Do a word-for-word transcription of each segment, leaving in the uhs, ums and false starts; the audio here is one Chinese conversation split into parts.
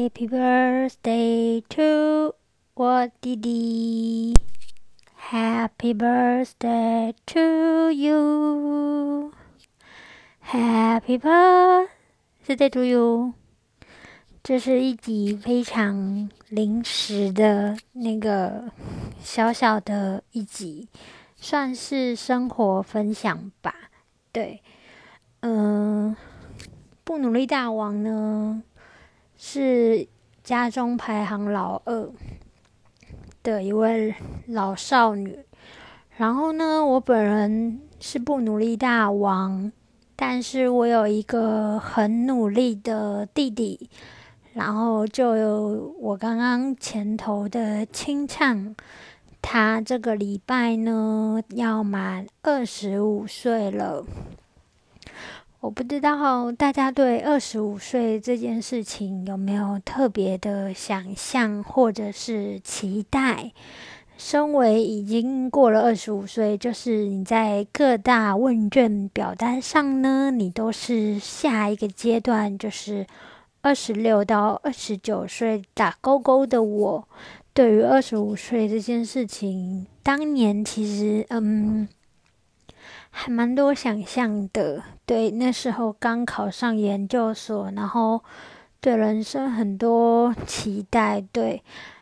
Happy birthday to 我弟弟 Happy birthday to you Happy birthday to you 这是一集非常临时的那个小小的一集，算是生活分享吧。对，嗯、呃，不努力大王呢是家中排行老二的一位老少女，然后呢，我本人是不努力大王，但是我有一个很努力的弟弟。然后就有我刚刚前头的清唱，他这个礼拜呢要满二十五岁了。我不知道大家对二十五岁这件事情有没有特别的想象或者是期待？身为已经过了二十五岁，就是你在各大问卷表单上呢，你都是下一个阶段，就是二十六到二十九岁打勾勾的我，对于二十五岁这件事情，当年其实嗯还蛮多想象的。对，那时候刚考上研究所，然后对人生很多期待。对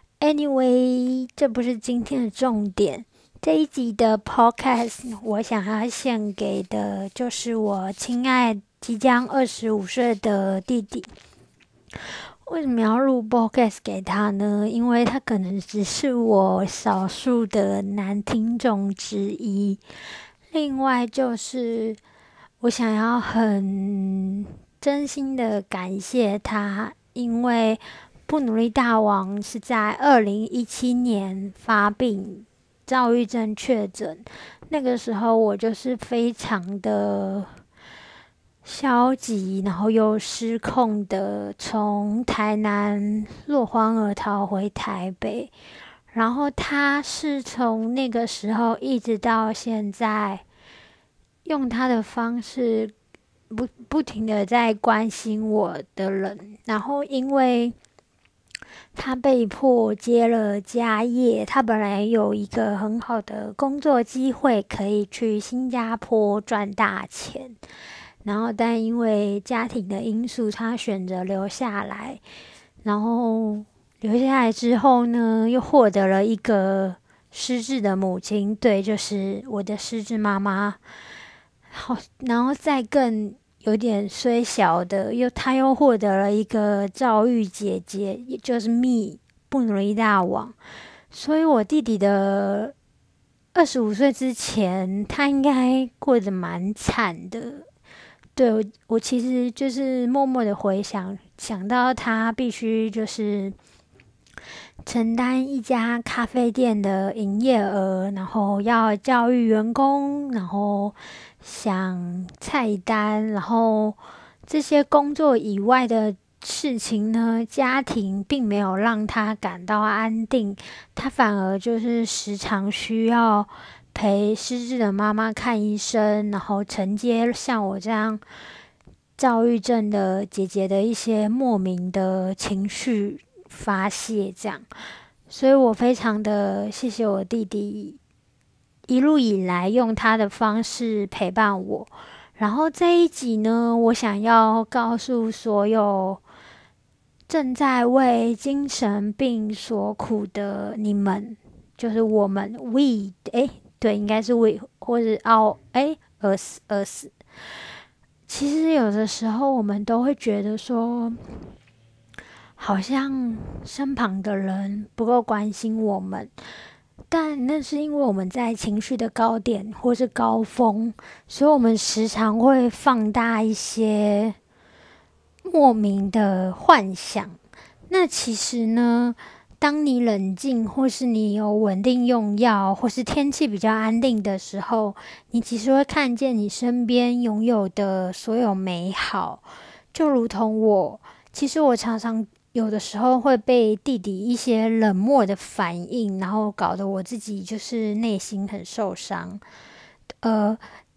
，anyway， 这不是今天的重点。这一集的 podcast， 我想要献给的就是我亲爱即将二十五岁的弟弟。为什么要录 podcast 给他呢？因为他可能只是我少数的男听众之一。另外就是我想要很真心的感谢他，因为不努力大王是在二零一七年发病，躁郁症确诊。那个时候我就是非常的消极，然后又失控的从台南落荒而逃回台北，然后他是从那个时候一直到现在，用他的方式不不停的在关心我的人，然后因为他被迫接了家业，他本来有一个很好的工作机会，可以去新加坡赚大钱。然后，但因为家庭的因素，他选择留下来。然后留下来之后呢，又获得了一个失智的母亲，对，就是我的失智妈妈。好，然后再更有点虽小的，又他又获得了一个躁郁姐姐，也就是 me 不努力大王。所以我弟弟的二十五岁之前，他应该过得蛮惨的。对，我，我其实就是默默的回想，想到他必须就是承担一家咖啡店的营业额，然后要教育员工，然后想菜单，然后这些工作以外的事情呢，家庭并没有让他感到安定，他反而就是时常需要陪失智的妈妈看医生，然后承接像我这样躁郁症的姐姐的一些莫名的情绪发泄，这样，所以我非常的谢谢我弟弟一路以来用他的方式陪伴我。然后这一集呢，我想要告诉所有正在为精神病所苦的你们，就是我们 we 诶对，应该是 we 或者 our 诶 us us。其实有的时候我们都会觉得说，好像身旁的人不够关心我们，但那是因为我们在情绪的高点或是高峰，所以我们时常会放大一些莫名的幻想。那其实呢，当你冷静，或是你有稳定用药，或是天气比较安定的时候，你其实会看见你身边拥有的所有美好。就如同我，其实我常常有的时候会被弟弟一些冷漠的反应，然后搞得我自己就是内心很受伤。呃，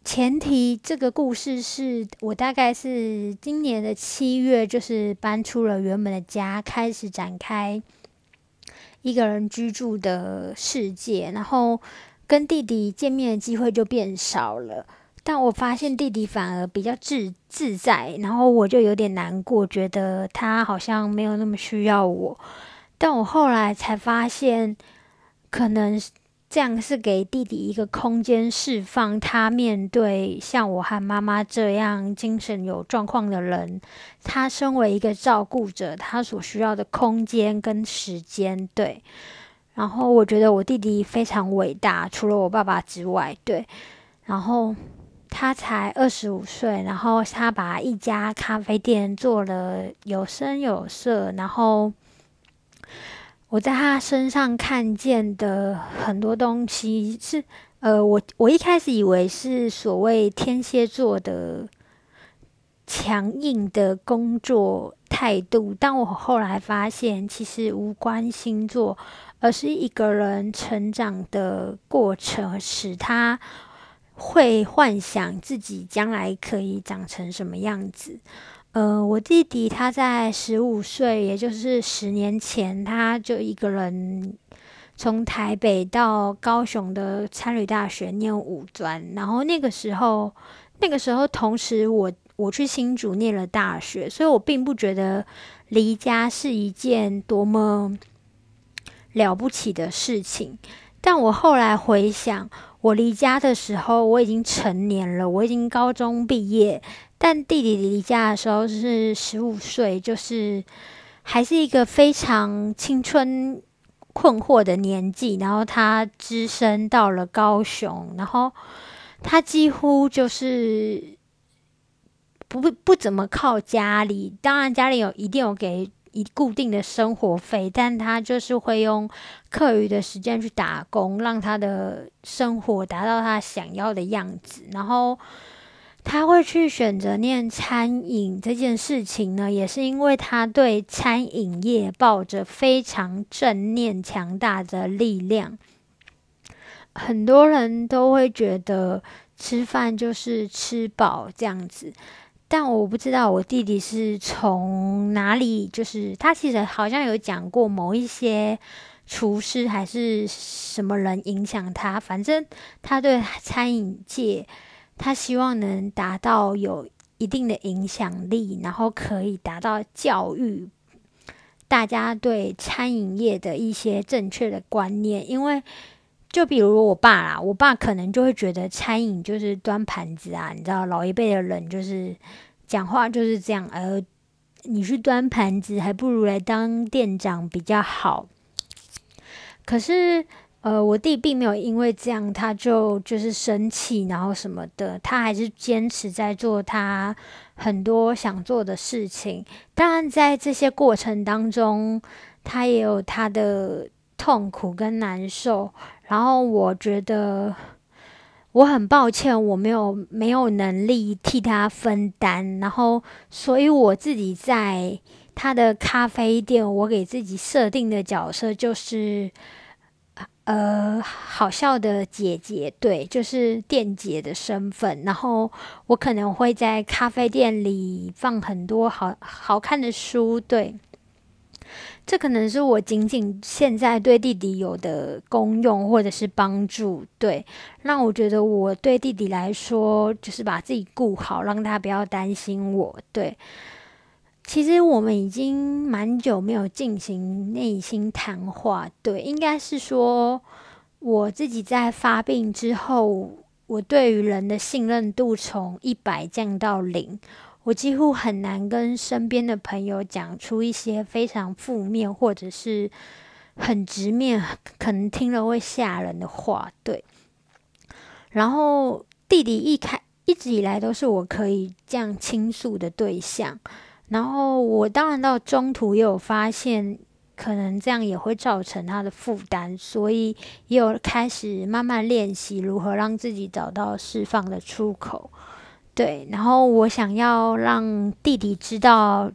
前提这个故事是我大概是今年的七月，就是搬出了原本的家，开始展开一个人居住的世界，然后跟弟弟见面的机会就变少了。但我发现弟弟反而比较自自在，然后我就有点难过，觉得他好像没有那么需要我。但我后来才发现，可能这样是给弟弟一个空间，释放他面对像我和妈妈这样精神有状况的人，他身为一个照顾者，他所需要的空间跟时间。对，然后我觉得我弟弟非常伟大，除了我爸爸之外，对，然后他才二十五岁，然后他把一家咖啡店做了有声有色，然后我在他身上看见的很多东西是，呃，我我一开始以为是所谓天蝎座的强硬的工作态度，但我后来发现其实无关星座，而是一个人成长的过程，使他会幻想自己将来可以长成什么样子。呃，我弟弟他在十五岁，也就是十年前，他就一个人从台北到高雄的参旅大学念五专，然后那个时候，那个时候同时我我去新竹念了大学，所以我并不觉得离家是一件多么了不起的事情。但我后来回想，我离家的时候，我已经成年了，我已经高中毕业。但弟弟离家的时候是十五岁，就是还是一个非常青春困惑的年纪。然后他只身到了高雄，然后他几乎就是不不怎么靠家里，当然家里有一定有给一固定的生活费，但他就是会用课余的时间去打工，让他的生活达到他想要的样子。然后他会去选择念餐饮这件事情呢，也是因为他对餐饮业抱着非常正念强大的力量。很多人都会觉得吃饭就是吃饱这样子，但我不知道我弟弟是从哪里，就是他其实好像有讲过某一些厨师还是什么人影响他，反正他对餐饮界，他希望能达到有一定的影响力，然后可以达到教育大家对餐饮业的一些正确的观念。因为就比如我爸啦，我爸可能就会觉得餐饮就是端盘子啊，你知道老一辈的人就是讲话就是这样，而你去端盘子还不如来当店长比较好。可是呃，我弟并没有因为这样他就就是生气然后什么的，他还是坚持在做他很多想做的事情。当然在这些过程当中，他也有他的痛苦跟难受，然后我觉得我很抱歉，我没有没有能力替他分担，然后所以我自己在他的咖啡店，我给自己设定的角色就是呃好笑的姐姐，对，就是店姐的身份。然后我可能会在咖啡店里放很多好好看的书，对。这可能是我仅仅现在对弟弟有的功用或者是帮助，对，让我觉得我对弟弟来说，就是把自己顾好，让他不要担心我，对。其实我们已经蛮久没有进行内心谈话，对，应该是说我自己在发病之后，我对于人的信任度从一百降到零。我几乎很难跟身边的朋友讲出一些非常负面或者是很直面，可能听了会吓人的话，对。然后弟弟一开一直以来都是我可以这样倾诉的对象，然后我当然到中途也有发现，可能这样也会造成他的负担，所以也有开始慢慢练习如何让自己找到释放的出口。对，然后我想要让弟弟知道，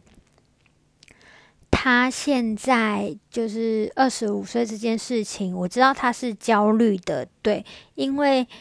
他现在就是二十五岁这件事情，我知道他是焦虑的，对，因为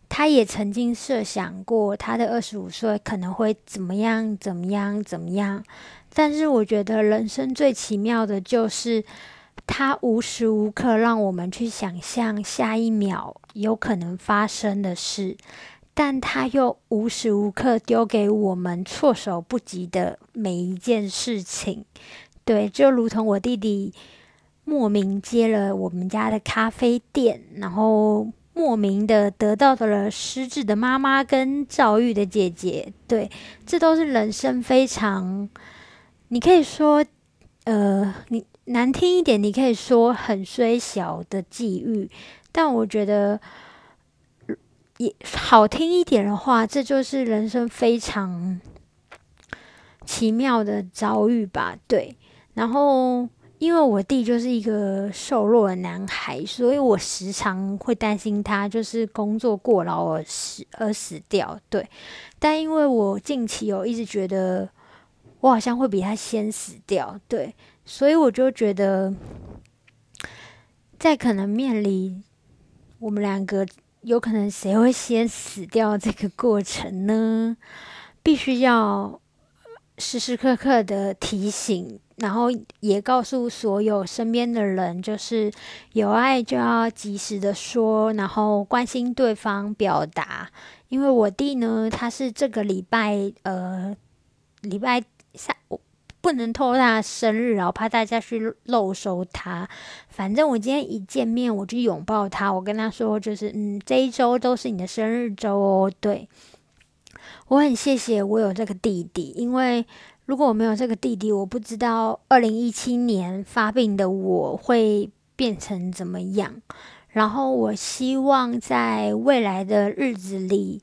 他也曾经设想过他的二十五岁可能会怎么样怎么样怎么样，但是我觉得人生最奇妙的就是他无时无刻让我们去想象下一秒有可能发生的事，但他又无时无刻丢给我们措手不及的每一件事情。对，就如同我弟弟莫名接了我们家的咖啡店，然后莫名的得到了失智的妈妈跟躁郁的姐姐。对，这都是人生非常，你可以说，呃，你难听一点，你可以说很虽小的际遇，但我觉得也好听一点的话，这就是人生非常奇妙的遭遇吧。对，然后因为我弟就是一个瘦弱的男孩，所以我时常会担心他就是工作过劳而死而死掉。对，但因为我近期有一直觉得我好像会比他先死掉，对，所以我就觉得在可能面临我们两个有可能谁会先死掉这个过程呢，必须要时时刻刻的提醒，然后也告诉所有身边的人，就是有爱就要及时的说，然后关心对方表达。因为我弟呢，他是这个礼拜呃礼拜三，我不能透露他的生日，然后怕大家去漏收他。反正我今天一见面，我就拥抱他，我跟他说，就是嗯，这一周都是你的生日周哦。对，我很谢谢我有这个弟弟，因为如果我没有这个弟弟，我不知道二零一七年发病的我会变成怎么样。然后我希望在未来的日子里，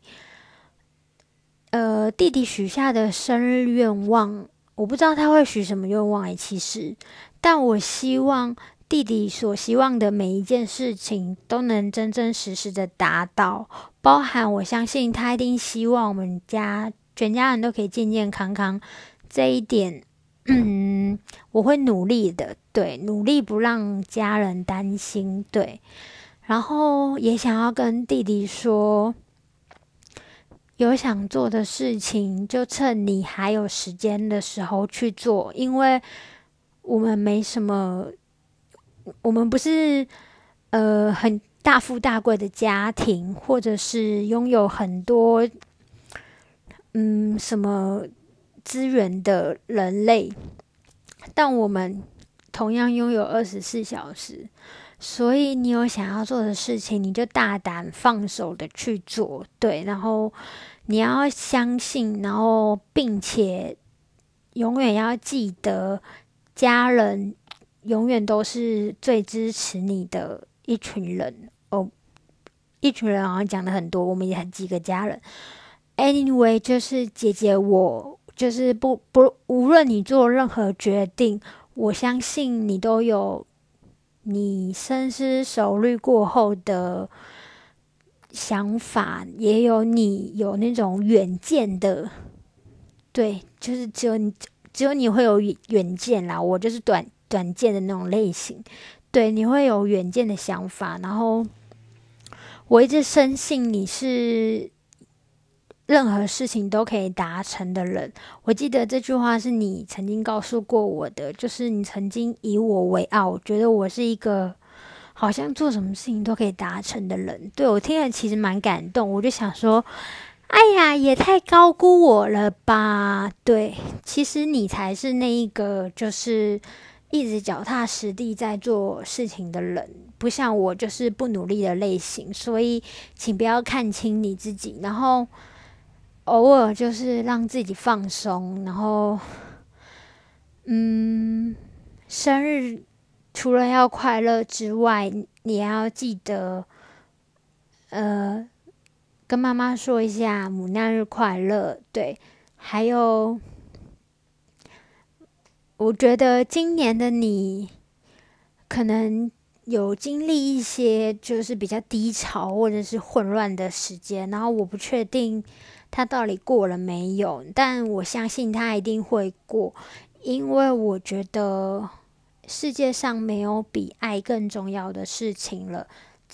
呃，弟弟许下的生日愿望，我不知道他会许什么愿望诶，其实，但我希望弟弟所希望的每一件事情都能真真实实的达到，包含我相信他一定希望我们家全家人都可以健健康康，这一点，嗯，我会努力的，对，努力不让家人担心，对，然后也想要跟弟弟说，有想做的事情，就趁你还有时间的时候去做，因为我们没什么，我们不是呃很大富大贵的家庭，或者是拥有很多嗯什么资源的人类，但我们同样拥有二十四小时。所以你有想要做的事情，你就大胆放手的去做，对，然后你要相信，然后并且永远要记得，家人永远都是最支持你的一群人哦。一群人好像讲的很多，我们也很几个家人。Anyway，就是姐姐我，就是不不，无论你做任何决定，我相信你都有你深思熟虑过后的想法，也有你有那种远见的，对，就是只有你，只有你会有远见啦。我就是短短见的那种类型，对，你会有远见的想法。然后我一直深信你是任何事情都可以达成的人。我记得这句话是你曾经告诉过我的，就是你曾经以我为傲，觉得我是一个好像做什么事情都可以达成的人。对，我听了其实蛮感动，我就想说，哎呀，也太高估我了吧？对，其实你才是那一个就是一直脚踏实地在做事情的人，不像我就是不努力的类型。所以请不要看清你自己，然后偶尔就是让自己放松，然后嗯，生日除了要快乐之外，你也要记得呃跟妈妈说一下母难日快乐。对，还有我觉得今年的你可能有经历一些就是比较低潮或者是混乱的时间，然后我不确定他到底过了没有，但我相信他一定会过，因为我觉得世界上没有比爱更重要的事情了。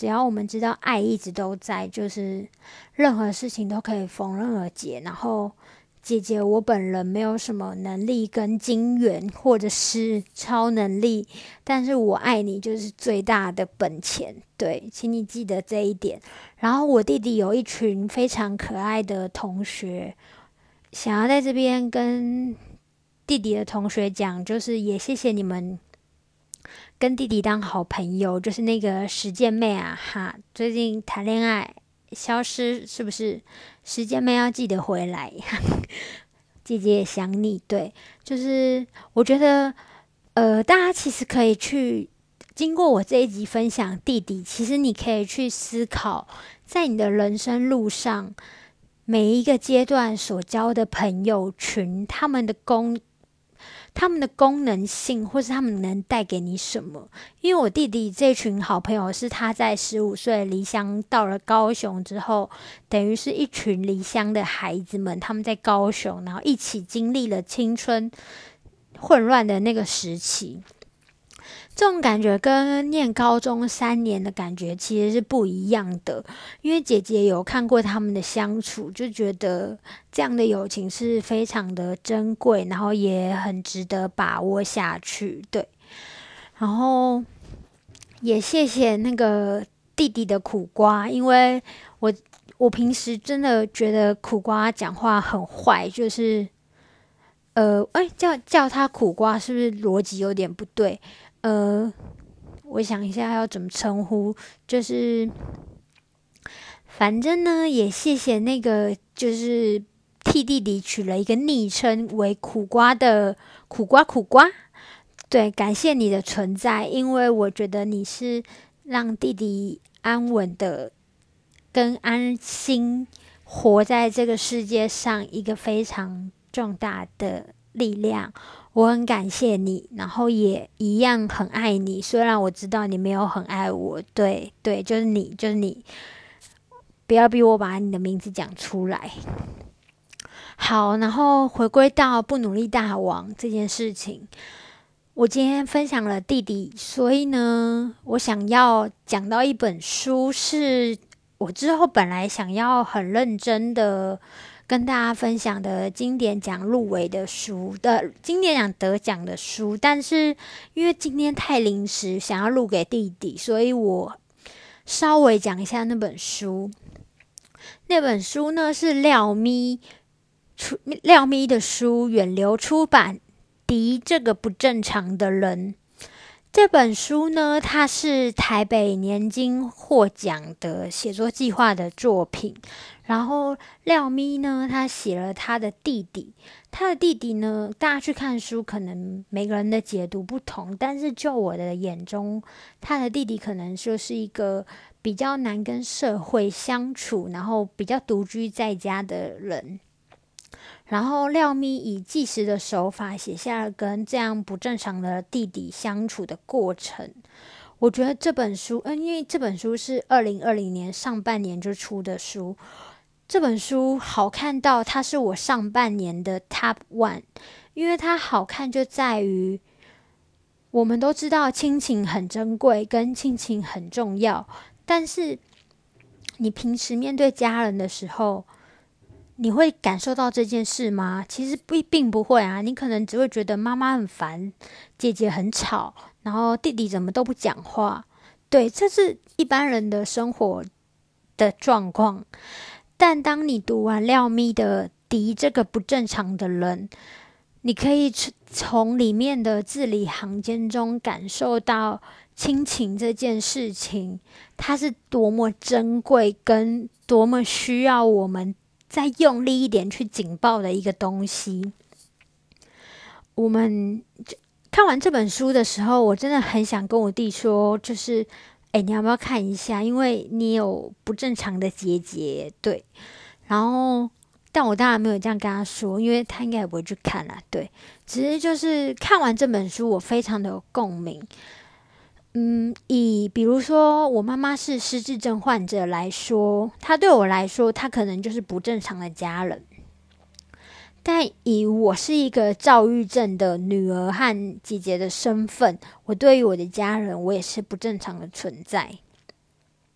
只要我们知道爱一直都在，就是任何事情都可以逢刃而解。然后姐姐我本人没有什么能力跟金源或者是超能力，但是我爱你就是最大的本钱，对，请你记得这一点。然后我弟弟有一群非常可爱的同学，想要在这边跟弟弟的同学讲，就是也谢谢你们跟弟弟当好朋友，就是那个实践妹啊哈，最近谈恋爱消失是不是？实践妹要记得回来，姐姐也想你。对，就是我觉得呃，大家其实可以去经过我这一集分享弟弟，其实你可以去思考，在你的人生路上每一个阶段所交的朋友群，他们的功他们的功能性，或是他们能带给你什么。因为我弟弟这群好朋友是他在十五岁离乡到了高雄之后，等于是一群离乡的孩子们，他们在高雄，然后一起经历了青春混乱的那个时期。这种感觉跟念高中三年的感觉其实是不一样的，因为姐姐有看过他们的相处，就觉得这样的友情是非常的珍贵，然后也很值得把握下去。对，然后也谢谢那个弟弟的苦瓜，因为我我平时真的觉得苦瓜讲话很坏，就是呃，哎，叫叫他苦瓜是不是逻辑有点不对？呃，我想一下要怎么称呼，就是反正呢，也谢谢那个就是替弟弟取了一个昵称为苦瓜的苦瓜苦瓜。对，感谢你的存在，因为我觉得你是让弟弟安稳的跟安心活在这个世界上一个非常重大的力量。我很感谢你，然后也一样很爱你。虽然我知道你没有很爱我，对对，就是你，就是你，不要逼我把你的名字讲出来。好，然后回归到不努力大王这件事情，我今天分享了弟弟，所以呢，我想要讲到一本书，是我之后本来想要很认真的跟大家分享的经典奖入围的书的经典奖得奖的书，但是因为今天太临时，想要录给弟弟，所以我稍微讲一下那本书。那本书呢是廖咪出廖咪的书，远流出版。敌这个不正常的人。这本书呢，它是台北年金获奖的写作计划的作品。然后廖咪呢，他写了他的弟弟，他的弟弟呢，大家去看书，可能每个人的解读不同，但是就我的眼中，他的弟弟可能就是一个比较难跟社会相处，然后比较独居在家的人。然后廖咪以纪实的手法写下了跟这样不正常的弟弟相处的过程。我觉得这本书，嗯，因为这本书是二零二零年上半年就出的书，这本书好看到它是我上半年的 Top One， 因为它好看就在于我们都知道亲情很珍贵，跟亲情很重要，但是你平时面对家人的时候，你会感受到这件事吗？其实不并不会啊，你可能只会觉得妈妈很烦，姐姐很吵，然后弟弟怎么都不讲话。对，这是一般人的生活的状况。但当你读完廖咪的《敌这个不正常的人》，你可以从里面的字里行间中感受到亲情这件事情，它是多么珍贵，跟多么需要我们再用力一点去警报的一个东西。我们看完这本书的时候，我真的很想跟我弟说，就是哎，你要不要看一下？因为你有不正常的结节，对。然后，但我当然没有这样跟他说，因为他应该也不会去看啦，对。只是就是看完这本书，我非常的有共鸣。嗯，以比如说我妈妈是失智症患者来说，她对我来说，她可能就是不正常的家人。但以我是一个躁郁症的女儿和姐姐的身份，我对于我的家人，我也是不正常的存在。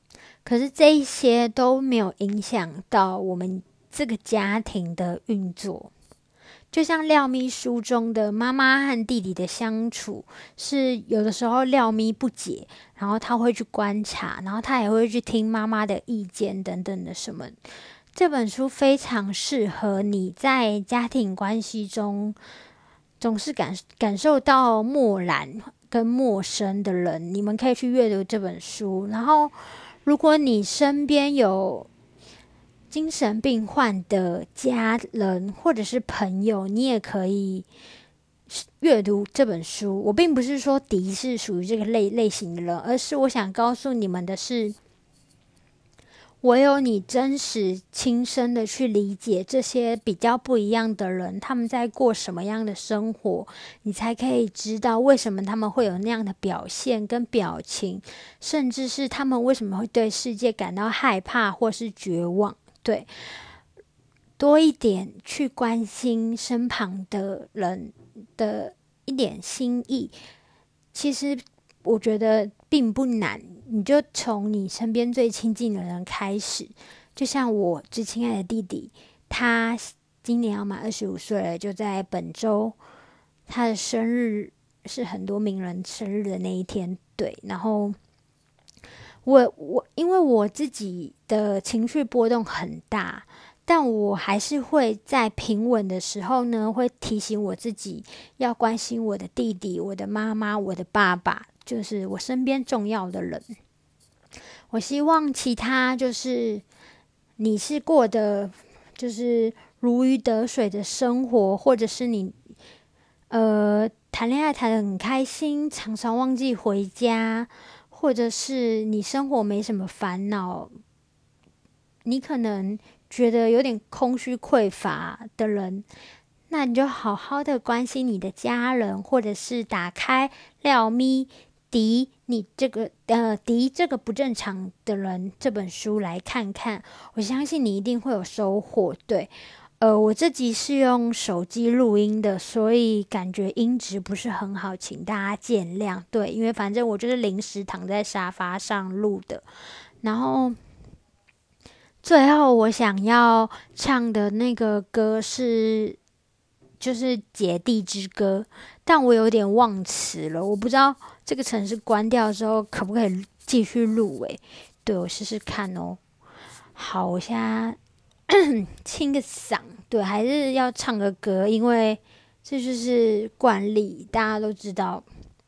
可是这一些都没有影响到我们这个家庭的运作。就像廖咪书中的妈妈和弟弟的相处，是有的时候廖咪不解，然后他会去观察，然后他也会去听妈妈的意见等等的什么。这本书非常适合你在家庭关系中总是感感受到漠然跟陌生的人，你们可以去阅读这本书。然后，如果你身边有精神病患的家人或者是朋友，你也可以阅读这本书。我并不是说迪是属于这个类类型的人，而是我想告诉你们的是，唯有你真实亲身的去理解这些比较不一样的人，他们在过什么样的生活，你才可以知道为什么他们会有那样的表现跟表情，甚至是他们为什么会对世界感到害怕或是绝望。对，多一点去关心身旁的人的一点心意，其实我觉得并不难。你就从你身边最亲近的人开始，就像我最亲爱的弟弟，他今年要满二十五岁了，就在本周，他的生日是很多名人生日的那一天。对，然后我我因为我自己的情绪波动很大，但我还是会在平稳的时候呢，会提醒我自己要关心我的弟弟、我的妈妈、我的爸爸，就是我身边重要的人。我希望其他就是你是过得就是如鱼得水的生活，或者是你呃谈恋爱谈得很开心，常常忘记回家，或者是你生活没什么烦恼，你可能觉得有点空虚匮乏的人，那你就好好的关心你的家人，或者是打开廖咪迪你这个呃迪这个不正常的人这本书来看看，我相信你一定会有收获。对，呃，我这集是用手机录音的，所以感觉音质不是很好，请大家见谅。对，因为反正我就是临时躺在沙发上录的，然后。最后我想要唱的那个歌是就是姐弟之歌，但我有点忘词了，我不知道这个城市关掉之后可不可以继续录诶。对，我试试看哦。好，我现在清个嗓，对，还是要唱个歌，因为这就是惯例，大家都知道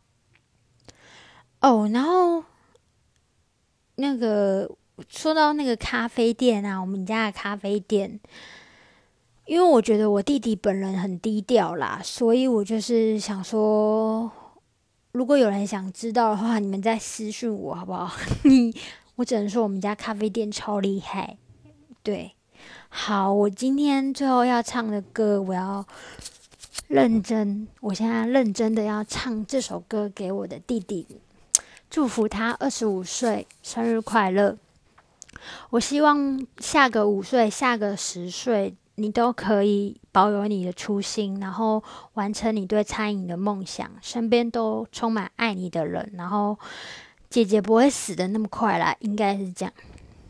哦。然后那个说到那个咖啡店啊，我们家的咖啡店，因为我觉得我弟弟本人很低调啦，所以我就是想说，如果有人想知道的话，你们再私讯我好不好？我只能说我们家咖啡店超厉害。对，好，我今天最后要唱的歌，我要认真，我现在认真的要唱这首歌给我的弟弟，祝福他二十五岁生日快乐。我希望下个五岁，下个十岁，你都可以保有你的初心，然后完成你对餐饮的梦想，身边都充满爱你的人，然后姐姐不会死的那么快啦，应该是这样。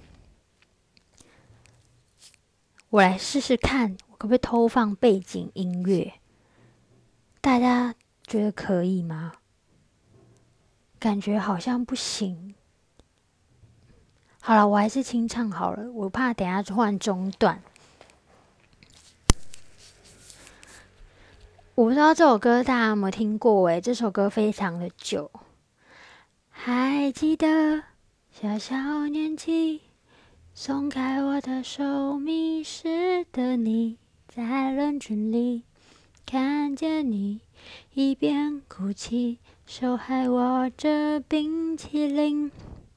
我来试试看，我可不可以偷放背景音乐？大家觉得可以吗？感觉好像不行。好了，我还是清唱好了，我怕等一下突然中断。我不知道这首歌大家有没有听过诶，这首歌非常的久。还记得小小年纪，松开我的手，迷失的你，在人群里看见你，一边哭泣，手还握着冰淇淋。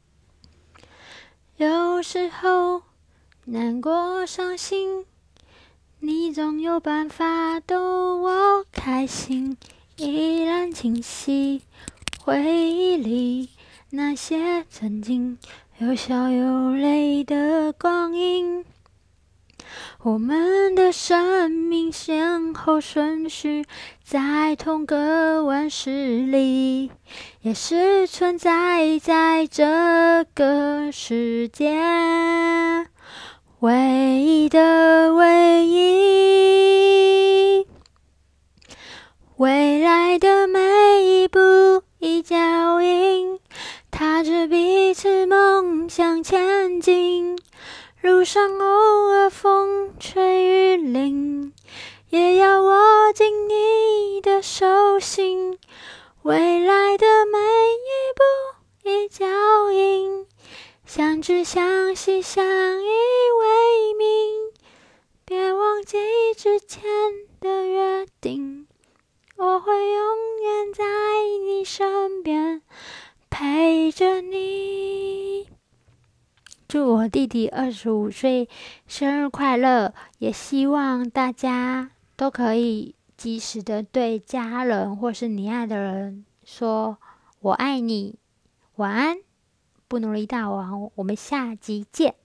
有时候难过伤心，你总有办法逗我开心，依然清晰回忆里那些曾经有笑有泪的光阴。 我们的生命先后顺序在同个万事里，也是存在在这个世界唯一的唯一。未来的每一步一脚印，踏着彼此梦想前进，路上偶尔风吹雨淋，也要握紧你的手心。未来的每一步一脚印，相知相惜相依为命，别忘记之前的约定，我会永远在你身边陪着你。祝我弟弟二十五岁生日快乐，也希望大家都可以及时的对家人或是你爱的人说我爱你，晚安，布努力大王，我们下集见。